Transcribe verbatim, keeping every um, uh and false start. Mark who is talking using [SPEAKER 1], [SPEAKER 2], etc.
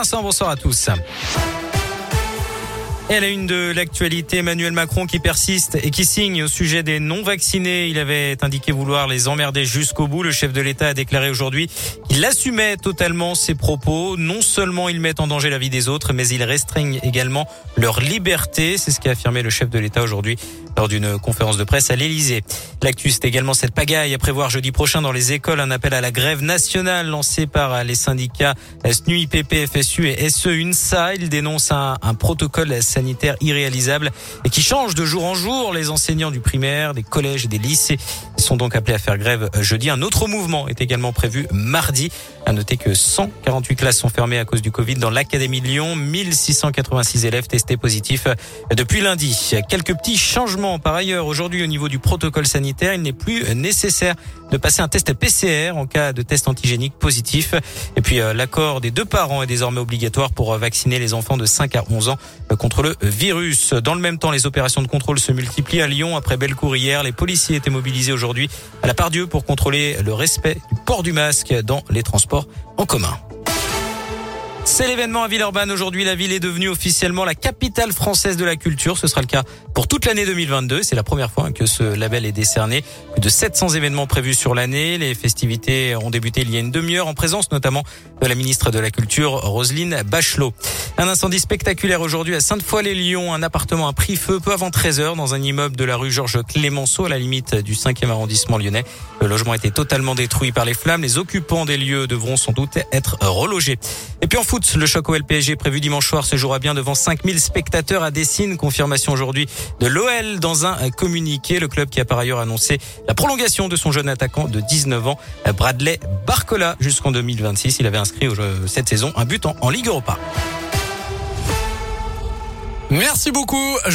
[SPEAKER 1] Vincent, bonsoir à tous. Et à la une de l'actualité, Emmanuel Macron qui persiste et qui signe au sujet des non-vaccinés. Il avait indiqué vouloir les emmerder jusqu'au bout. Le chef de l'État a déclaré aujourd'hui qu'il assumait totalement ses propos. Non seulement il met en danger la vie des autres, mais il restreigne également leur liberté. C'est ce qu'a affirmé le chef de l'État aujourd'hui lors d'une conférence de presse à l'Élysée. L'actu, c'est également cette pagaille à prévoir jeudi prochain dans les écoles. Un appel à la grève nationale lancé par les syndicats S N U I, P P, F S U et S E UNSA. Ils dénoncent un, un protocole sanitaire irréalisable et qui change de jour en jour. Les enseignants du primaire, des collèges et des lycées sont donc appelés à faire grève jeudi. Un autre mouvement est également prévu mardi. À noter que cent quarante-huit classes sont fermées à cause du Covid dans l'Académie de Lyon. mille six cent quatre-vingt-six élèves testés positifs depuis lundi. Quelques petits changements par ailleurs. Aujourd'hui, au niveau du protocole sanitaire, il n'est plus nécessaire de passer un test P C R en cas de test antigénique positif. Et puis, euh, l'accord des deux parents est désormais obligatoire pour vacciner les enfants de cinq à onze ans contre le virus. Dans le même temps, les opérations de contrôle se multiplient à Lyon. Après Bellecour hier, les policiers étaient mobilisés aujourd'hui à la Part-Dieu pour contrôler le respect du port du masque dans les transports en commun. C'est l'événement à Villeurbanne. Aujourd'hui, la ville est devenue officiellement la capitale française de la culture. Ce sera le cas pour toute l'année deux mille vingt-deux. C'est la première fois que ce label est décerné. Plus de sept cents événements prévus sur l'année. Les festivités ont débuté il y a une demi-heure en présence notamment de la ministre de la Culture, Roselyne Bachelot. Un incendie spectaculaire aujourd'hui à Sainte-Foy-les-Lyons. Un appartement a pris feu peu avant treize heures dans un immeuble de la rue Georges Clémenceau à la limite du cinquième arrondissement lyonnais. Le logement a été totalement détruit par les flammes. Les occupants des lieux devront sans doute être relogés. Et puis en foot, le choc O L P S G prévu dimanche soir se jouera bien devant cinq mille spectateurs à Dessines. Confirmation aujourd'hui de l'O L dans un communiqué. Le club qui a par ailleurs annoncé la prolongation de son jeune attaquant de dix-neuf ans, Bradley Barcola, jusqu'en deux mille vingt-six. Il avait inscrit cette saison un but en, en Ligue Europa.
[SPEAKER 2] Merci beaucoup.